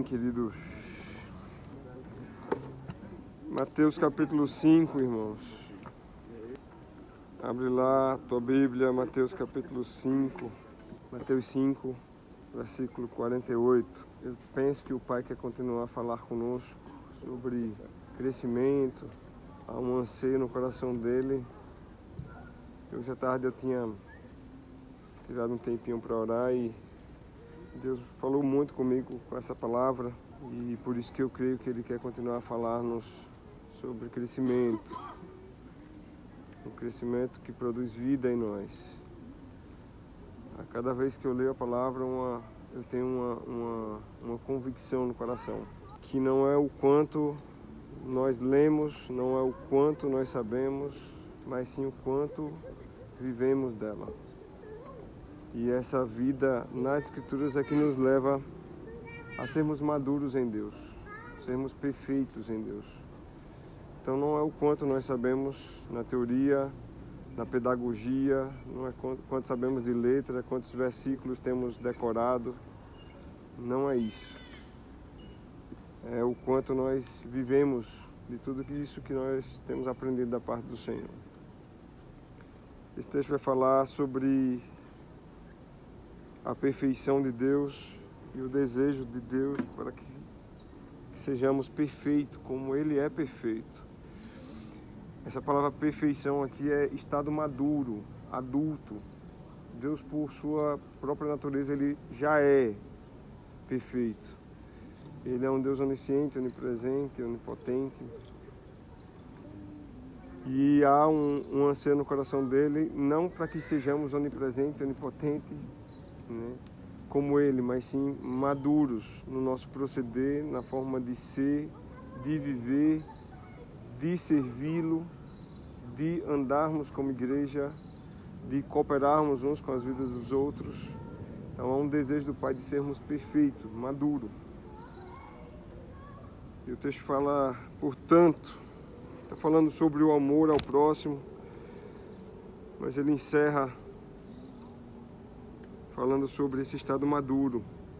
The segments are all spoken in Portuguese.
queridos? Mateus capítulo 5, irmãos. Abre lá a tua Bíblia, Mateus capítulo 5. Mateus 5, versículo 48. Eu penso que o Pai quer continuar a falar conosco sobre crescimento. Há um anseio no coração dele. Hoje à tarde eu tinha tirado um tempinho para orar e Deus falou muito comigo com essa palavra, e por isso que eu creio que Ele quer continuar a falar-nos sobre crescimento. Um crescimento que produz vida em nós. A cada vez que eu leio a palavra, eu tenho uma convicção no coração, que não é o quanto nós lemos, não é o quanto nós sabemos, mas sim o quanto vivemos dela. E essa vida nas Escrituras é que nos leva a sermos maduros em Deus, sermos perfeitos em Deus. Então não é o quanto nós sabemos na teoria, na pedagogia, não é quanto sabemos de letra, quantos versículos temos decorado, não é isso. É o quanto nós vivemos de tudo isso que nós temos aprendido da parte do Senhor. Esse texto vai falar sobre a perfeição de Deus e o desejo de Deus para que sejamos perfeitos como Ele é perfeito. Essa palavra perfeição aqui é estado maduro, adulto. Deus, por sua própria natureza, Ele já é perfeito. Ele é um Deus onisciente, onipresente, onipotente. E há um anseio no coração dele, não para que sejamos onipresente, onipotente, né, como Ele, mas sim maduros no nosso proceder, na forma de ser, de viver, de servi-lo, de andarmos como igreja, de cooperarmos uns com as vidas dos outros. Então há um desejo do Pai de sermos perfeitos, maduros. E o texto fala, portanto, está falando sobre o amor ao próximo, mas ele encerra falando sobre esse estado maduro.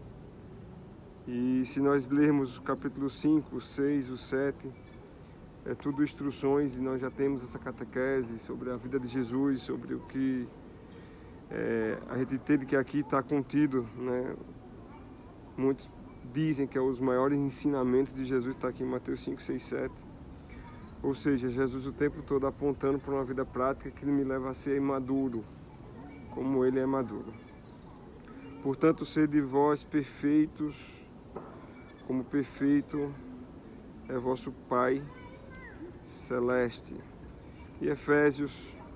E se nós lermos o capítulo 5, o 6, o 7, é tudo instruções, e nós já temos essa catequese sobre a vida de Jesus, sobre o que a gente entende que aqui está contido, né? Muitos dizem que é os maiores ensinamentos de Jesus, está aqui em Mateus 5, 6, 7. Ou seja, Jesus o tempo todo apontando para uma vida prática que me leva a ser maduro, como Ele é maduro. Portanto, sede vós perfeitos, como perfeito é vosso Pai Celeste. E Efésios,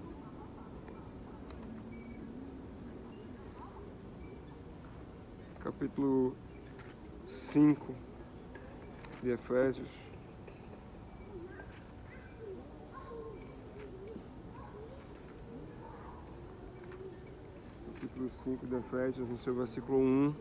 capítulo 5 de Efésios. Capítulo 5 de Efésios, no seu versículo 1.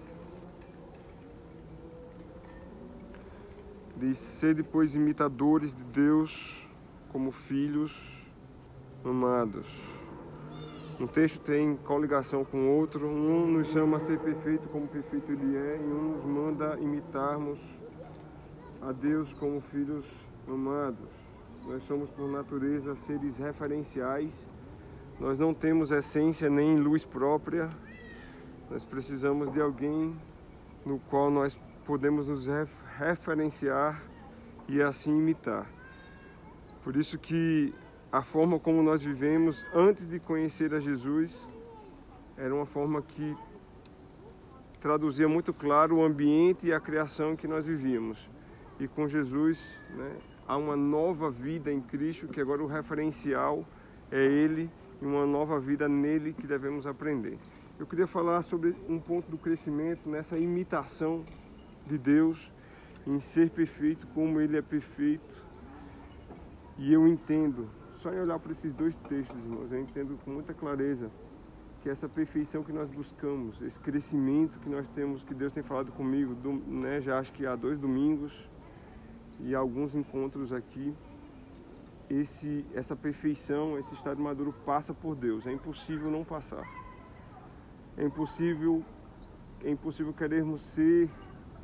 Diz: sede, pois, imitadores de Deus como filhos amados. Um texto tem coligação com o outro. Um nos chama a ser perfeito como perfeito Ele é, e um nos manda imitarmos a Deus como filhos amados. Nós somos, por natureza, seres referenciais. Nós não temos essência nem luz própria. Nós precisamos de alguém no qual nós podemos nos referenciar e assim imitar. Por isso que a forma como nós vivemos antes de conhecer a Jesus era uma forma que traduzia muito claro o ambiente e a criação que nós vivíamos. E com Jesus, né, há uma nova vida em Cristo, que agora o referencial é Ele, e uma nova vida nele que devemos aprender. Eu queria falar sobre um ponto do crescimento nessa imitação de Deus, em ser perfeito como Ele é perfeito. E eu entendo, só em olhar para esses dois textos, irmãos, eu entendo com muita clareza que essa perfeição que nós buscamos, esse crescimento que nós temos, que Deus tem falado comigo, né, já acho que há 2 domingos e alguns encontros aqui, essa perfeição, esse estado maduro passa por Deus. É impossível não passar. É impossível querermos ser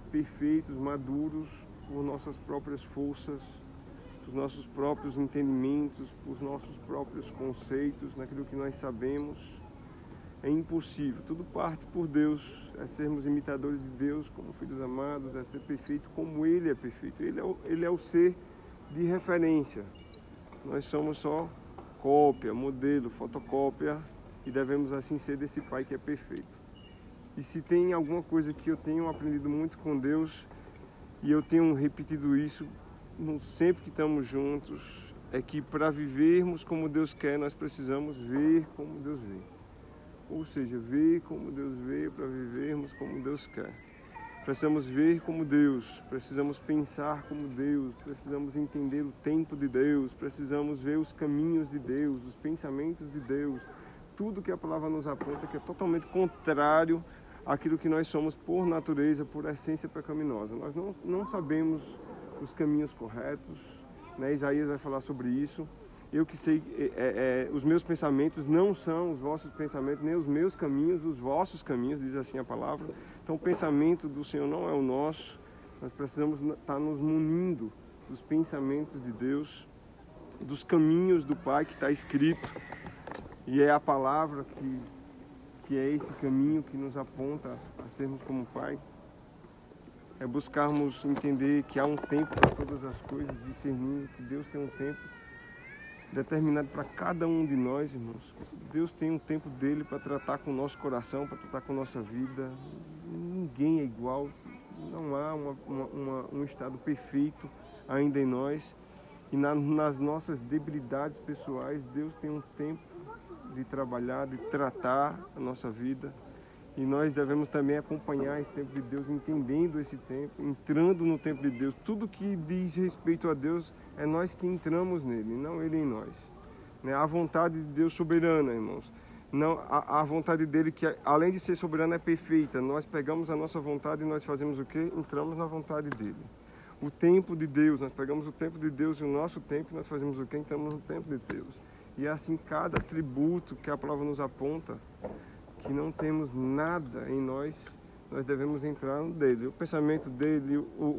perfeitos, maduros por nossas próprias forças, por nossos próprios entendimentos, por nossos próprios conceitos, naquilo que nós sabemos. É impossível. Tudo parte por Deus. É sermos imitadores de Deus como filhos amados, é ser perfeito como Ele é perfeito. Ele é o ser de referência. Nós somos só cópia, modelo, fotocópia, e devemos assim ser desse Pai que é perfeito. E se tem alguma coisa que eu tenho aprendido muito com Deus, e eu tenho repetido isso sempre que estamos juntos, é que para vivermos como Deus quer, nós precisamos ver como Deus vê. Ou seja, ver como Deus vê para vivermos como Deus quer. Precisamos ver como Deus, precisamos pensar como Deus, precisamos entender o tempo de Deus, precisamos ver os caminhos de Deus, os pensamentos de Deus, tudo que a palavra nos aponta que é totalmente contrário àquilo que nós somos por natureza, por essência pecaminosa. Nós não sabemos os caminhos corretos, né? Isaías vai falar sobre isso. Eu que sei, os meus pensamentos não são os vossos pensamentos, nem os meus caminhos, os vossos caminhos, diz assim a palavra. Então o pensamento do Senhor não é o nosso, nós precisamos estar nos munindo dos pensamentos de Deus, dos caminhos do Pai que está escrito, e é a palavra que é esse caminho que nos aponta a sermos como Pai. É buscarmos entender que há um tempo para todas as coisas, discernir que Deus tem um tempo determinado para cada um de nós, irmãos. Deus tem um tempo dele para tratar com o nosso coração, para tratar com a nossa vida. Ninguém é igual, não há um estado perfeito ainda em nós. E nas nossas debilidades pessoais, Deus tem um tempo de trabalhar, de tratar a nossa vida. E nós devemos também acompanhar esse tempo de Deus, entendendo esse tempo, entrando no tempo de Deus. Tudo que diz respeito a Deus é nós que entramos nele, não ele em nós. A vontade de Deus soberana, irmãos. Não, a vontade dele, que além de ser soberana, é perfeita. Nós pegamos a nossa vontade e nós fazemos o quê? Entramos na vontade dele. O tempo de Deus, nós pegamos o tempo de Deus e o nosso tempo e nós fazemos o quê? Entramos no tempo de Deus. E é assim cada atributo que a palavra nos aponta, que não temos nada em nós, nós devemos entrar no dele. O pensamento dele,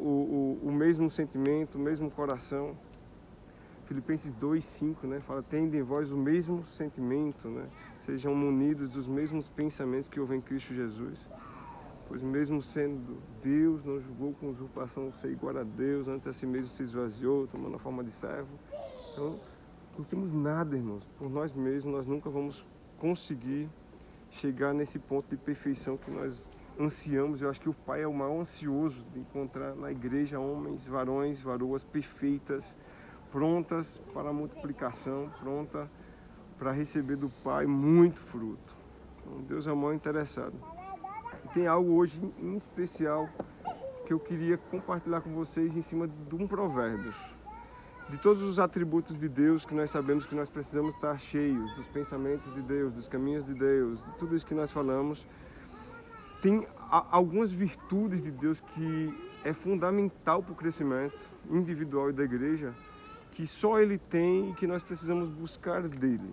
o mesmo sentimento, o mesmo coração. Filipenses 2:5, né, fala: tende em vós o mesmo sentimento, né, sejam munidos dos mesmos pensamentos que houve em Cristo Jesus. Pois mesmo sendo Deus, não julgou com usurpação ser igual a Deus, antes a si mesmo se esvaziou, tomando a forma de servo. Então, não temos nada, irmãos. Por nós mesmos, nós nunca vamos conseguir chegar nesse ponto de perfeição que nós ansiamos. Eu acho que o Pai é o maior ansioso de encontrar na igreja homens, varões, varoas perfeitas, prontas para a multiplicação, pronta para receber do Pai muito fruto. Então, Deus é o maior interessado. E tem algo hoje em especial que eu queria compartilhar com vocês em cima de um provérbio. De todos os atributos de Deus que nós sabemos que nós precisamos estar cheios, dos pensamentos de Deus, dos caminhos de Deus, de tudo isso que nós falamos, tem algumas virtudes de Deus que é fundamental para o crescimento individual e da igreja, que só Ele tem e que nós precisamos buscar dele.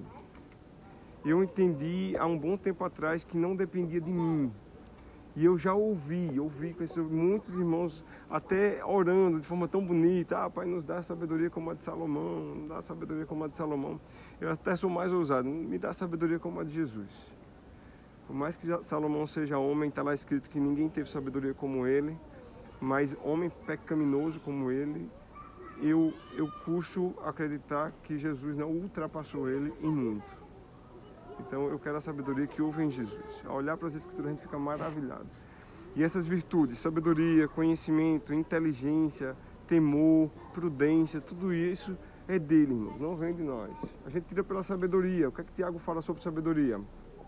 Eu entendi há um bom tempo atrás que não dependia de mim. E eu já ouvi muitos irmãos até orando de forma tão bonita: Pai, nos dá sabedoria como a de Salomão, nos dá sabedoria como a de Salomão. Eu até sou mais ousado: me dá sabedoria como a de Jesus. Por mais que Salomão seja homem, está lá escrito que ninguém teve sabedoria como ele, mas homem pecaminoso como ele, eu custo acreditar que Jesus não ultrapassou ele em muito. Então eu quero a sabedoria que houve em Jesus. Ao olhar para as Escrituras a gente fica maravilhado. E essas virtudes, sabedoria, conhecimento, inteligência, temor, prudência, tudo isso é dele, irmãos, não vem de nós. A gente tira pela sabedoria. O que é que Tiago fala sobre sabedoria?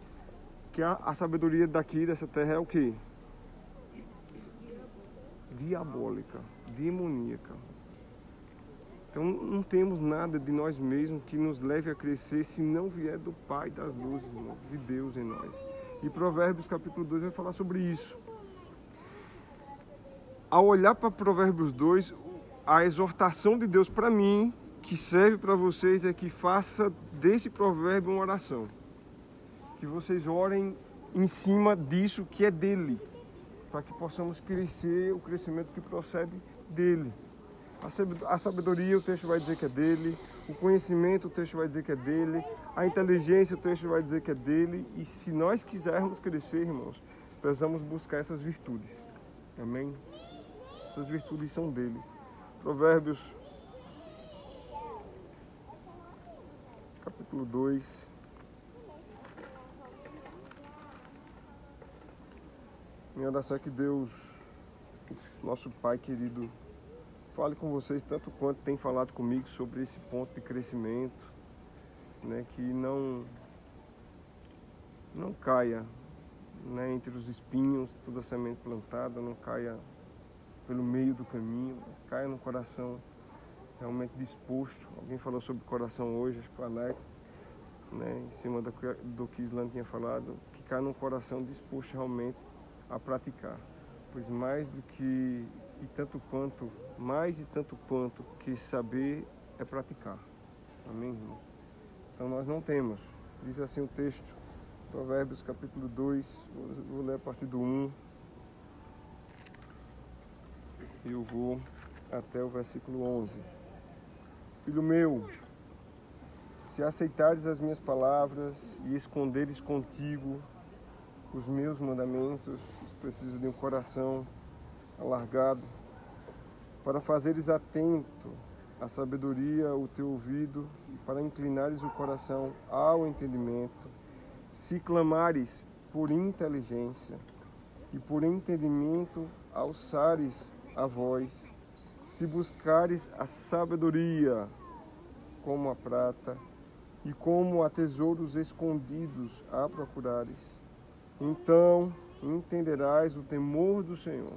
Que a sabedoria daqui, dessa terra, é o quê? Diabólica, demoníaca. Então não temos nada de nós mesmos que nos leve a crescer se não vier do Pai das luzes, irmão, de Deus em nós. E Provérbios capítulo 2 vai falar sobre isso. Ao olhar para Provérbios 2, a exortação de Deus para mim, que serve para vocês, é que faça desse provérbio uma oração. Que vocês orem em cima disso que é dele. para que possamos crescer o crescimento que procede dele. A sabedoria, o texto vai dizer que é dele, o conhecimento, o texto vai dizer que é dele, a inteligência, o texto vai dizer que é dele, e se nós quisermos crescer, irmãos, precisamos buscar essas virtudes. Amém? Essas virtudes são dele. Provérbios, capítulo 2. Minha oração é que Deus, nosso Pai querido, fale com vocês tanto quanto tem falado comigo sobre esse ponto de crescimento, né, que não caia, né, entre os espinhos, toda a semente plantada, não caia pelo meio do caminho, caia no coração realmente disposto. Alguém falou sobre coração hoje, acho que foi Alex, né, em cima do que Islam tinha falado, que caia num coração disposto realmente a praticar, pois mais e tanto quanto que saber é praticar. Amém, irmão? Então nós não temos. Diz assim o texto, Provérbios capítulo 2, vou ler a partir do 1. E eu vou até o versículo 11. Filho meu, se aceitares as minhas palavras e esconderes contigo os meus mandamentos, precisa de um coração alargado, para fazeres atento à sabedoria o teu ouvido, e para inclinares o coração ao entendimento, se clamares por inteligência e por entendimento alçares a voz, se buscares a sabedoria como a prata e como a tesouros escondidos a procurares, então entenderás o temor do Senhor.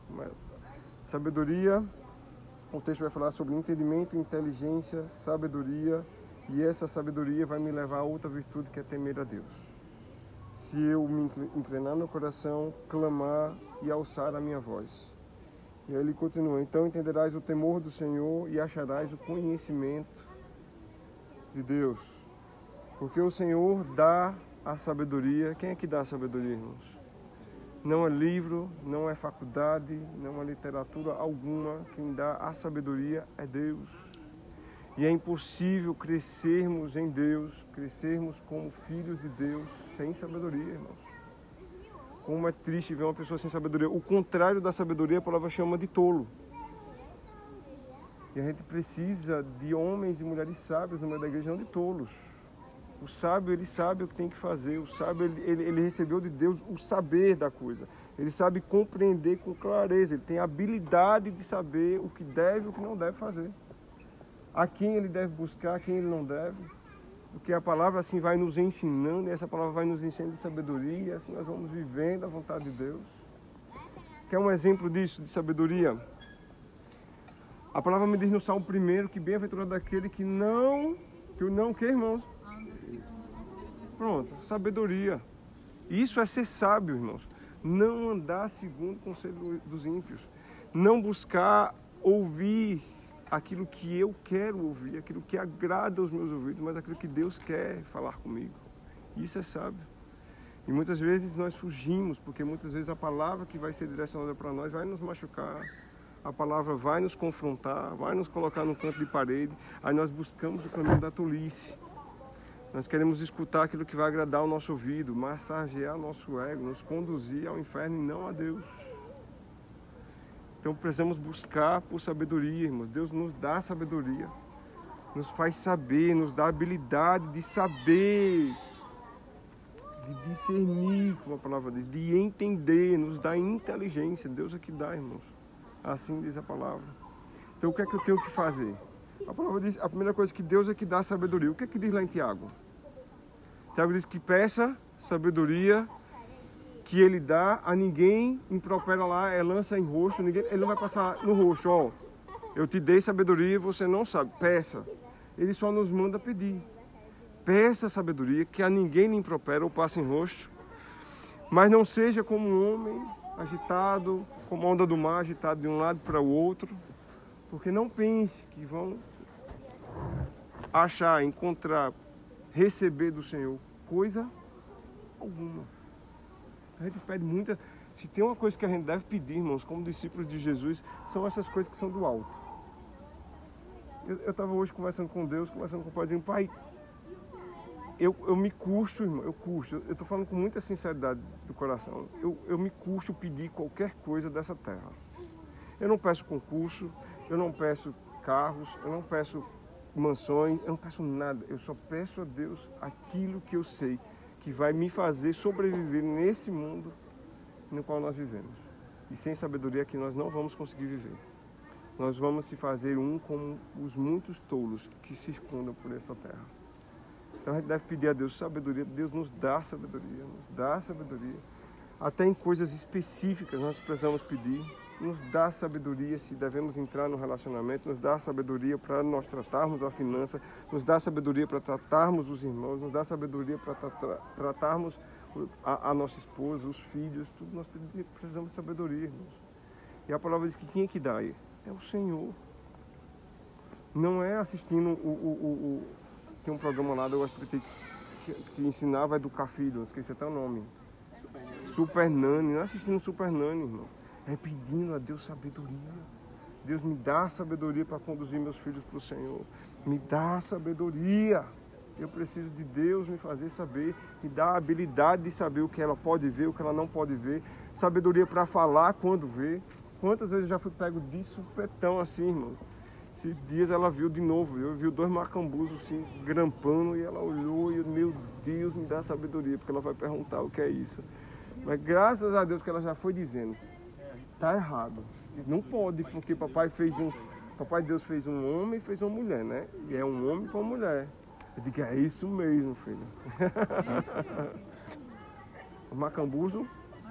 Sabedoria, o texto vai falar sobre entendimento, inteligência, sabedoria, e essa sabedoria vai me levar a outra virtude, que é temer a Deus. Se eu me inclinar no coração, clamar e alçar a minha voz. E aí ele continua, então entenderás o temor do Senhor e acharás o conhecimento de Deus. Porque o Senhor dá a sabedoria. Quem é que dá a sabedoria, irmãos? Não é livro, não é faculdade, não é literatura alguma. Quem dá a sabedoria é Deus. E é impossível crescermos em Deus, crescermos como filhos de Deus, sem sabedoria, irmãos. Como é triste ver uma pessoa sem sabedoria. O contrário da sabedoria, a palavra chama de tolo. E a gente precisa de homens e mulheres sábios no meio da igreja, não de tolos. O sábio, ele sabe o que tem que fazer. O sábio, ele recebeu de Deus o saber da coisa. Ele sabe compreender com clareza. Ele tem a habilidade de saber o que deve e o que não deve fazer. A quem ele deve buscar, a quem ele não deve. Porque a palavra assim vai nos ensinando, e essa palavra vai nos enchendo de sabedoria, e assim nós vamos vivendo a vontade de Deus. Quer um exemplo disso, de sabedoria? A palavra me diz no Salmo 1 que bem-aventurado daquele que o que, irmãos? Pronto, sabedoria. Isso é ser sábio, irmãos. Não andar segundo o conselho dos ímpios. Não buscar ouvir aquilo que eu quero ouvir, aquilo que agrada aos meus ouvidos, mas aquilo que Deus quer falar comigo. Isso é sábio. E muitas vezes nós fugimos, porque muitas vezes a palavra que vai ser direcionada para nós vai nos machucar. A palavra vai nos confrontar, vai nos colocar no canto de parede. Aí nós buscamos o caminho da tolice. Nós queremos escutar aquilo que vai agradar o nosso ouvido, massagear o nosso ego, nos conduzir ao inferno e não a Deus. Então precisamos buscar por sabedoria, irmãos. Deus nos dá sabedoria, nos faz saber, nos dá a habilidade de saber, de discernir, como a palavra diz, de entender, nos dá inteligência. Deus é que dá, irmãos. Assim diz a palavra. Então o que é que eu tenho que fazer? A palavra diz, a primeira coisa que Deus é que dá sabedoria. O que é que diz lá em Tiago? Tiago diz que peça sabedoria, que ele dá a ninguém, impropera lá, lança em rosto, ele não vai passar no rosto, ó, eu te dei sabedoria e você não sabe, peça. Ele só nos manda pedir. Peça sabedoria, que a ninguém lhe impropera ou passe em rosto, mas não seja como um homem agitado, como a onda do mar, agitado de um lado para o outro, porque não pense que vão achar, encontrar, receber do Senhor coisa alguma. A gente pede muita... Se tem uma coisa que a gente deve pedir, irmãos, como discípulos de Jesus, são essas coisas que são do alto. Eu estava hoje conversando com Deus, conversando com o Paizinho. Pai, eu me custo, irmão, eu estou falando com muita sinceridade do coração. Eu me custo pedir qualquer coisa dessa terra. Eu não peço concurso, eu não peço carros, eu não peço mansões, eu não peço nada. Eu só peço a Deus aquilo que eu sei que vai me fazer sobreviver nesse mundo no qual nós vivemos. E sem sabedoria aqui nós não vamos conseguir viver. Nós vamos se fazer um como os muitos tolos que circundam por essa terra. Então a gente deve pedir a Deus sabedoria. Deus nos dá sabedoria, nos dá sabedoria. Até em coisas específicas nós precisamos pedir. Nos dá sabedoria se devemos entrar no relacionamento, nos dá sabedoria para nós tratarmos a finança, nos dá sabedoria para tratarmos os irmãos, nos dá sabedoria para tratarmos a nossa esposa, os filhos, tudo nós precisamos de sabedoria, irmãos. E a palavra diz que quem é que dá? É o Senhor. Não é assistindo tem um programa lá do SBT que ensinava a educar filhos, não esqueci até o nome. Super Nani. Não é assistindo Super Nani, irmão. É pedindo a Deus sabedoria. Deus me dá sabedoria para conduzir meus filhos para o Senhor. Me dá sabedoria. Eu preciso de Deus me fazer saber, me dar a habilidade de saber o que ela pode ver, o que ela não pode ver. Sabedoria para falar quando vê. Quantas vezes eu já fui pego de supetão assim, irmãos. Esses dias ela viu de novo, eu vi 2 macambuzos assim, grampando, e ela olhou e, meu Deus, me dá sabedoria, porque ela vai perguntar o que é isso. Mas graças a Deus que ela já foi dizendo, tá errado. Não pode, porque Papai Deus fez um homem e fez uma mulher, né? E é um homem com uma mulher. Eu digo, é isso mesmo, filho. O macambuzo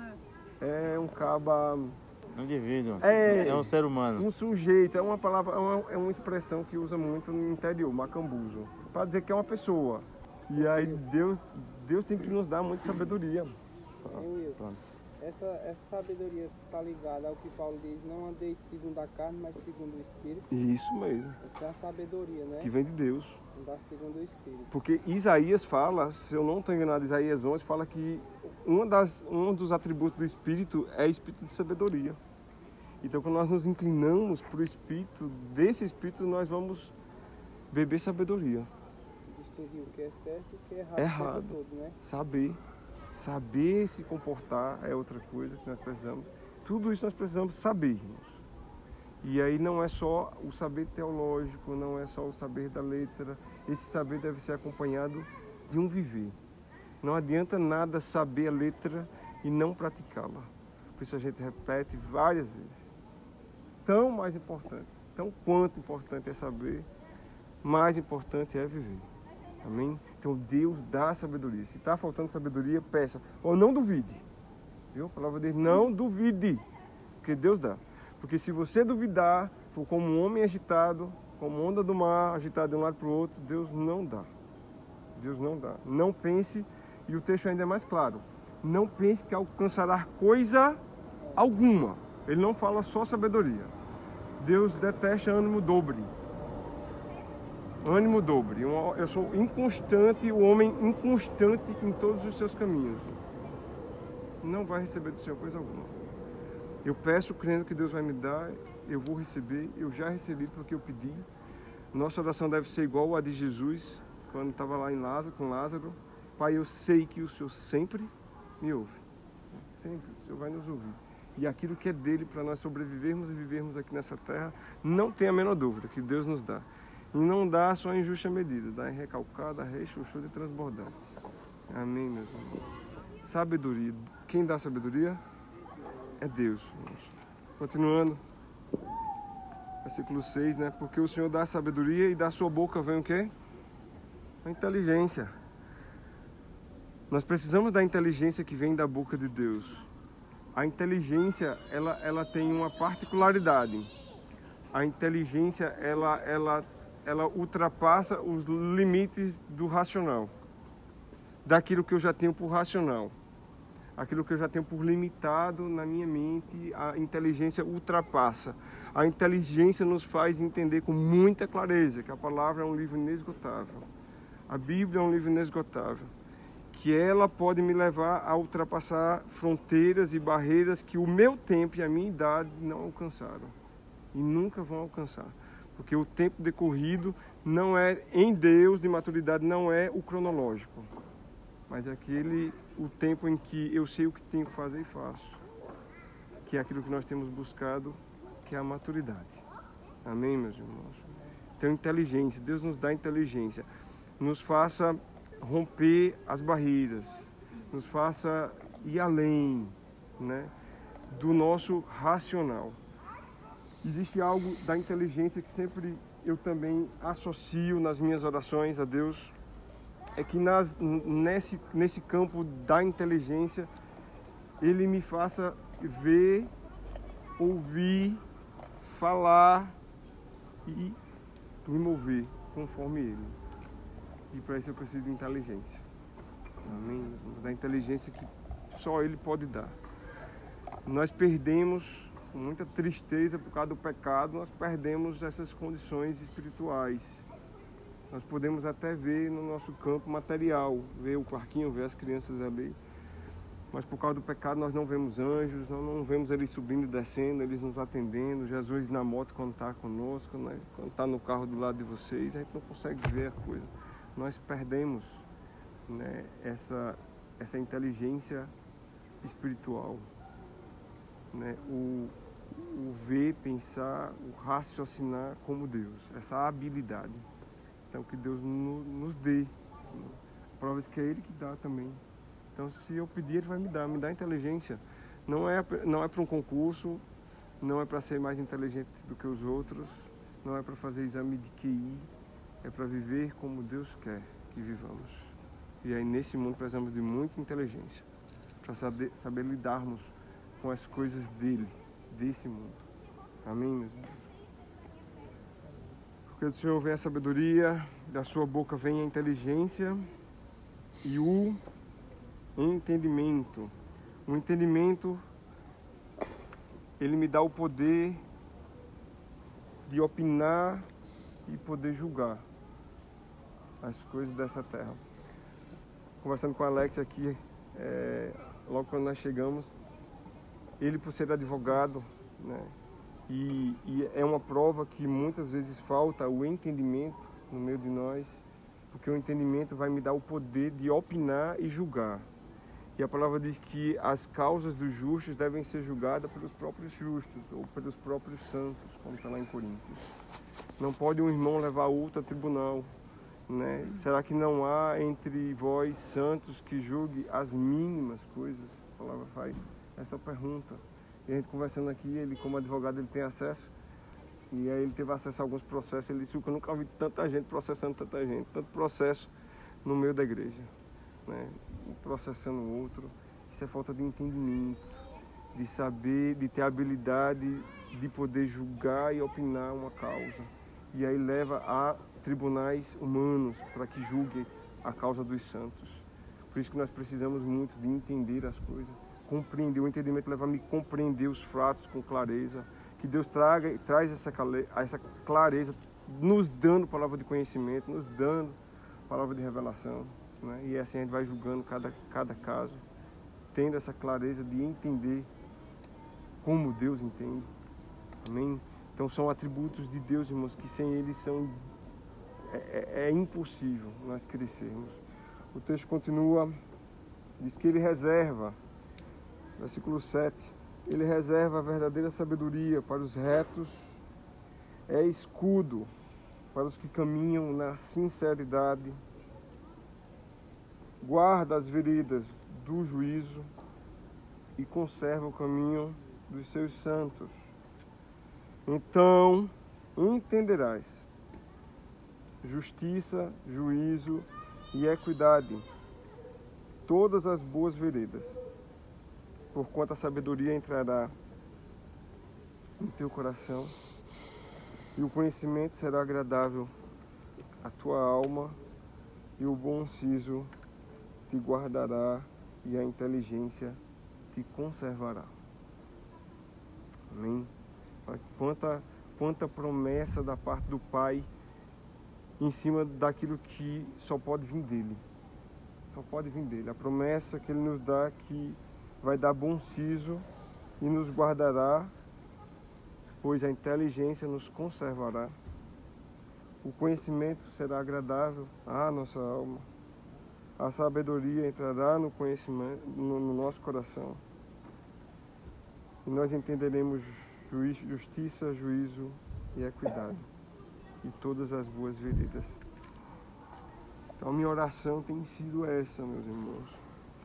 é um caba... Um indivíduo, é um ser humano. Um sujeito, é uma palavra, é uma expressão que usa muito no interior, macambuzo. Para dizer que é uma pessoa. E aí Deus tem que nos dar muita sabedoria. Pronto. Essa sabedoria está ligada ao que Paulo diz, não andeis segundo a carne, mas segundo o Espírito. Isso mesmo. Essa é a sabedoria, né? Que vem de Deus. Andar segundo o Espírito. Porque Isaías fala, se eu não estou enganado, Isaías 11 fala que um dos atributos do Espírito é espírito de sabedoria. Então, quando nós nos inclinamos para o Espírito, desse Espírito nós vamos beber sabedoria. Distinguir o que é certo e o que é errado. Todo, né? Saber se comportar é outra coisa que nós precisamos. Tudo isso nós precisamos saber, irmãos. E aí não é só o saber teológico, não é só o saber da letra. Esse saber deve ser acompanhado de um viver. Não adianta nada saber a letra e não praticá-la. Por isso a gente repete várias vezes. Tão mais importante, tão quanto importante é saber, mais importante é viver. Amém? Então Deus dá sabedoria. Se está faltando sabedoria, peça. Ou não duvide. Viu? A palavra dele, não duvide. Porque Deus dá. Porque se você duvidar, for como um homem agitado, como onda do mar, agitado de um lado para o outro, Deus não dá. Deus não dá. Não pense, e o texto ainda é mais claro, não pense que alcançará coisa alguma. Ele não fala só sabedoria. Deus detesta ânimo dobre. Ânimo dobre. Eu sou inconstante, o homem inconstante em todos os seus caminhos. Não vai receber do Senhor coisa alguma. Eu peço crendo que Deus vai me dar, eu vou receber, eu já recebi porque eu pedi. Nossa oração deve ser igual a de Jesus, quando estava lá em Lázaro, com Lázaro. Pai, eu sei que o Senhor sempre me ouve. Sempre, o Senhor vai nos ouvir. E aquilo que é dele para nós sobrevivermos e vivermos aqui nessa terra, não tem a menor dúvida que Deus nos dá. E não dá só em justa medida, dá em recalcada, rechuchuda e transbordante. Amém, meus irmãos. Sabedoria. Quem dá sabedoria? É Deus. Continuando. Versículo 6, né? Porque o Senhor dá sabedoria e da sua boca vem o quê? A inteligência. Nós precisamos da inteligência que vem da boca de Deus. A inteligência, ela tem uma particularidade. A inteligência, ela ultrapassa os limites do racional. Daquilo que eu já tenho por racional. Aquilo que eu já tenho por limitado na minha mente, a inteligência ultrapassa. A inteligência nos faz entender com muita clareza que a palavra é um livro inesgotável. A Bíblia é um livro inesgotável. que ela pode me levar a ultrapassar fronteiras e barreiras que o meu tempo e a minha idade não alcançaram e nunca vão alcançar. Porque o tempo decorrido não é, em Deus, de maturidade, não é o cronológico, mas é o tempo em que eu sei o que tenho que fazer e faço, que é aquilo que nós temos buscado, que é a maturidade. Amém, meus irmãos? Então, inteligência, Deus nos dá inteligência, nos faça romper as barreiras, nos faça ir além, né, do nosso racional. Existe algo da inteligência que sempre eu também associo nas minhas orações a Deus, é que nesse campo da inteligência, Ele me faça ver, ouvir, falar e me mover conforme Ele. E para isso eu preciso de inteligência. Amém? Da inteligência que só Ele pode dar. Nós perdemos, com muita tristeza por causa do pecado, nós perdemos essas condições espirituais. Nós podemos até ver no nosso campo material, ver o quartinho, ver as crianças ali. Mas por causa do pecado nós não vemos anjos, nós não vemos eles subindo e descendo, eles nos atendendo. Jesus na moto quando está conosco, né? Quando está no carro do lado de vocês, a gente não consegue ver a coisa. Nós perdemos, né, essa inteligência espiritual, né? O ver, pensar, o raciocinar como Deus, essa habilidade. Então que Deus nos dê. Provas que é Ele que dá também. Então se eu pedir, Ele vai me dar inteligência. Não é para um concurso, não é para ser mais inteligente do que os outros, não é para fazer exame de QI, é para viver como Deus quer que vivamos. E aí nesse mundo precisamos de muita inteligência, para saber lidarmos com as coisas dele, desse mundo. Amém, meus irmãos? Porque do Senhor vem a sabedoria, da sua boca vem a inteligência e o entendimento. O entendimento, ele me dá o poder de opinar e poder julgar as coisas dessa terra. Conversando com o Alex aqui, logo quando nós chegamos, ele por ser advogado, né, e é uma prova que muitas vezes falta o entendimento no meio de nós, porque o entendimento vai me dar o poder de opinar e julgar. E a palavra diz que as causas dos justos devem ser julgadas pelos próprios justos, ou pelos próprios santos, como está lá em Coríntios. Não pode um irmão levar outro a tribunal, né? Será que não há entre vós santos que julgue as mínimas coisas? A palavra faz essa pergunta. E a gente conversando aqui, ele como advogado ele tem acesso, e aí ele teve acesso a alguns processos. Ele disse que eu nunca vi tanta gente processando tanta gente, tanto processo no meio da igreja, né? Um processando o outro. Isso é falta de entendimento, de saber, de ter a habilidade de poder julgar e opinar uma causa. E aí leva a tribunais humanos para que julguem a causa dos santos. Por isso que nós precisamos muito de entender as coisas, compreender. O entendimento leva a me compreender os fatos com clareza. Que Deus traz essa clareza, nos dando palavra de conhecimento, nos dando palavra de revelação, né? E assim a gente vai julgando cada caso, tendo essa clareza de entender como Deus entende. Amém? Então são atributos de Deus, irmãos, que sem eles é impossível nós crescermos. O texto continua, diz que Ele reserva, versículo 7, Ele reserva a verdadeira sabedoria para os retos, é escudo para os que caminham na sinceridade, guarda as veredas do juízo e conserva o caminho dos seus santos. Então entenderás justiça, juízo e equidade, todas as boas veredas, porquanto a sabedoria entrará no teu coração e o conhecimento será agradável à tua alma e o bom siso te guardará e a inteligência te conservará. Amém? Quanta promessa da parte do Pai em cima daquilo que só pode vir dele. só pode vir dele. A promessa que ele nos dá que vai dar bom siso e nos guardará, pois a inteligência nos conservará. O conhecimento será agradável à nossa alma. A sabedoria entrará no conhecimento, no nosso coração. E nós entenderemos justiça, juízo e equidade e todas as boas veredas. Então, a minha oração tem sido essa, meus irmãos.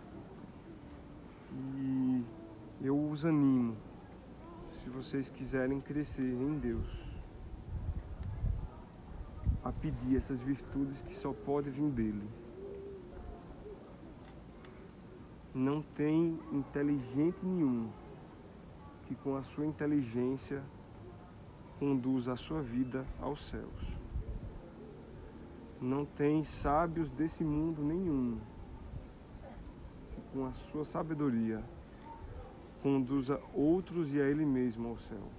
E eu os animo, se vocês quiserem crescer em Deus, a pedir essas virtudes que só podem vir dele. Não tem inteligente nenhum que com a sua inteligência conduza a sua vida aos céus. Não tem sábios desse mundo nenhum que com a sua sabedoria conduza outros e a ele mesmo ao céu.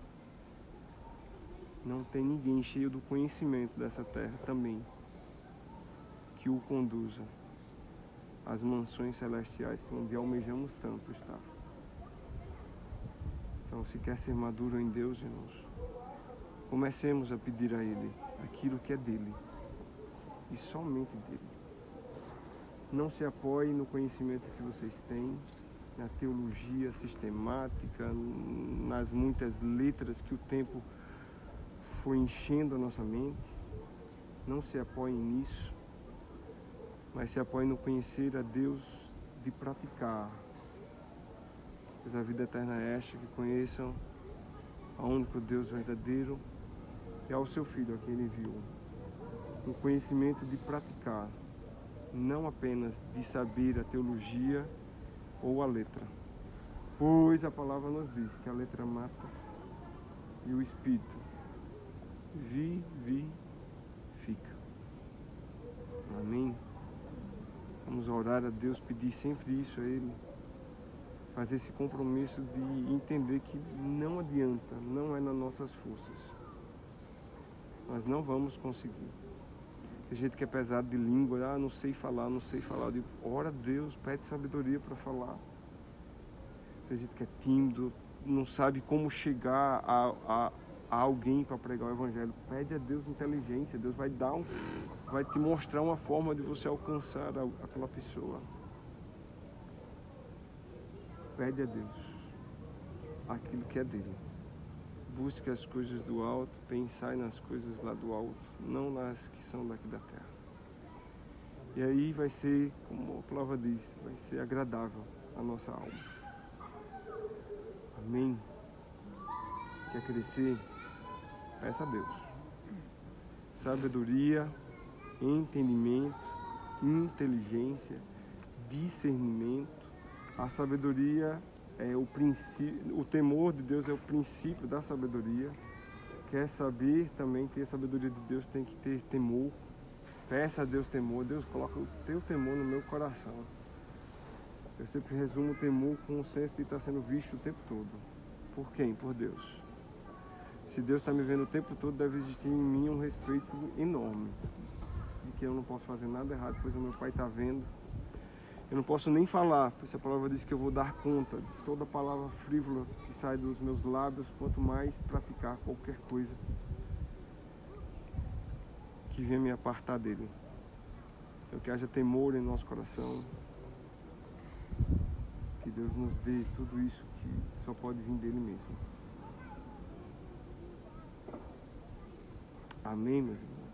Não tem ninguém cheio do conhecimento dessa terra também que o conduza às mansões celestiais onde almejamos tanto estar. Então, se quer ser maduro em Deus, irmãos, comecemos a pedir a Ele aquilo que é dele e somente dele. Não se apoie no conhecimento que vocês têm, na teologia sistemática, nas muitas letras que o tempo foi enchendo a nossa mente. Não se apoie nisso, mas se apoie no conhecer a Deus de praticar. Pois a vida eterna é esta, que conheçam ao único Deus verdadeiro e ao seu Filho, a quem Ele enviou. Um conhecimento de praticar, não apenas de saber a teologia ou a letra. Pois a palavra nos diz que a letra mata e o Espírito vivifica. Amém? Vamos orar a Deus, pedir sempre isso a Ele. Fazer esse compromisso de entender que não adianta, não é nas nossas forças. Nós não vamos conseguir. Tem gente que é pesado de língua, não sei falar, não sei falar. Eu digo, ora a Deus, pede sabedoria para falar. Tem gente que é tímido, não sabe como chegar a alguém para pregar o Evangelho. Pede a Deus inteligência, Deus vai te mostrar uma forma de você alcançar aquela pessoa. Pede a Deus aquilo que é dele. Busque as coisas do alto, pensai nas coisas lá do alto, não nas que são daqui da terra. E aí vai ser, como a palavra diz, vai ser agradável a nossa alma. Amém? Quer crescer? Peça a Deus sabedoria, entendimento, inteligência, discernimento. A sabedoria é o princípio, o temor de Deus é o princípio da sabedoria. Quer saber também ter a sabedoria de Deus, tem que ter temor. Peça a Deus temor. Deus coloca o teu temor no meu coração. Eu sempre resumo o temor com o senso de estar sendo visto o tempo todo. Por quem? Por Deus. Se Deus está me vendo o tempo todo, deve existir em mim um respeito enorme. De que eu não posso fazer nada errado, pois o meu Pai está vendo. Eu não posso nem falar, pois a palavra diz que eu vou dar conta de toda palavra frívola que sai dos meus lábios, quanto mais praticar qualquer coisa que venha me apartar dele. Então que haja temor em nosso coração, que Deus nos dê tudo isso que só pode vir dele mesmo. Amém, meus irmãos?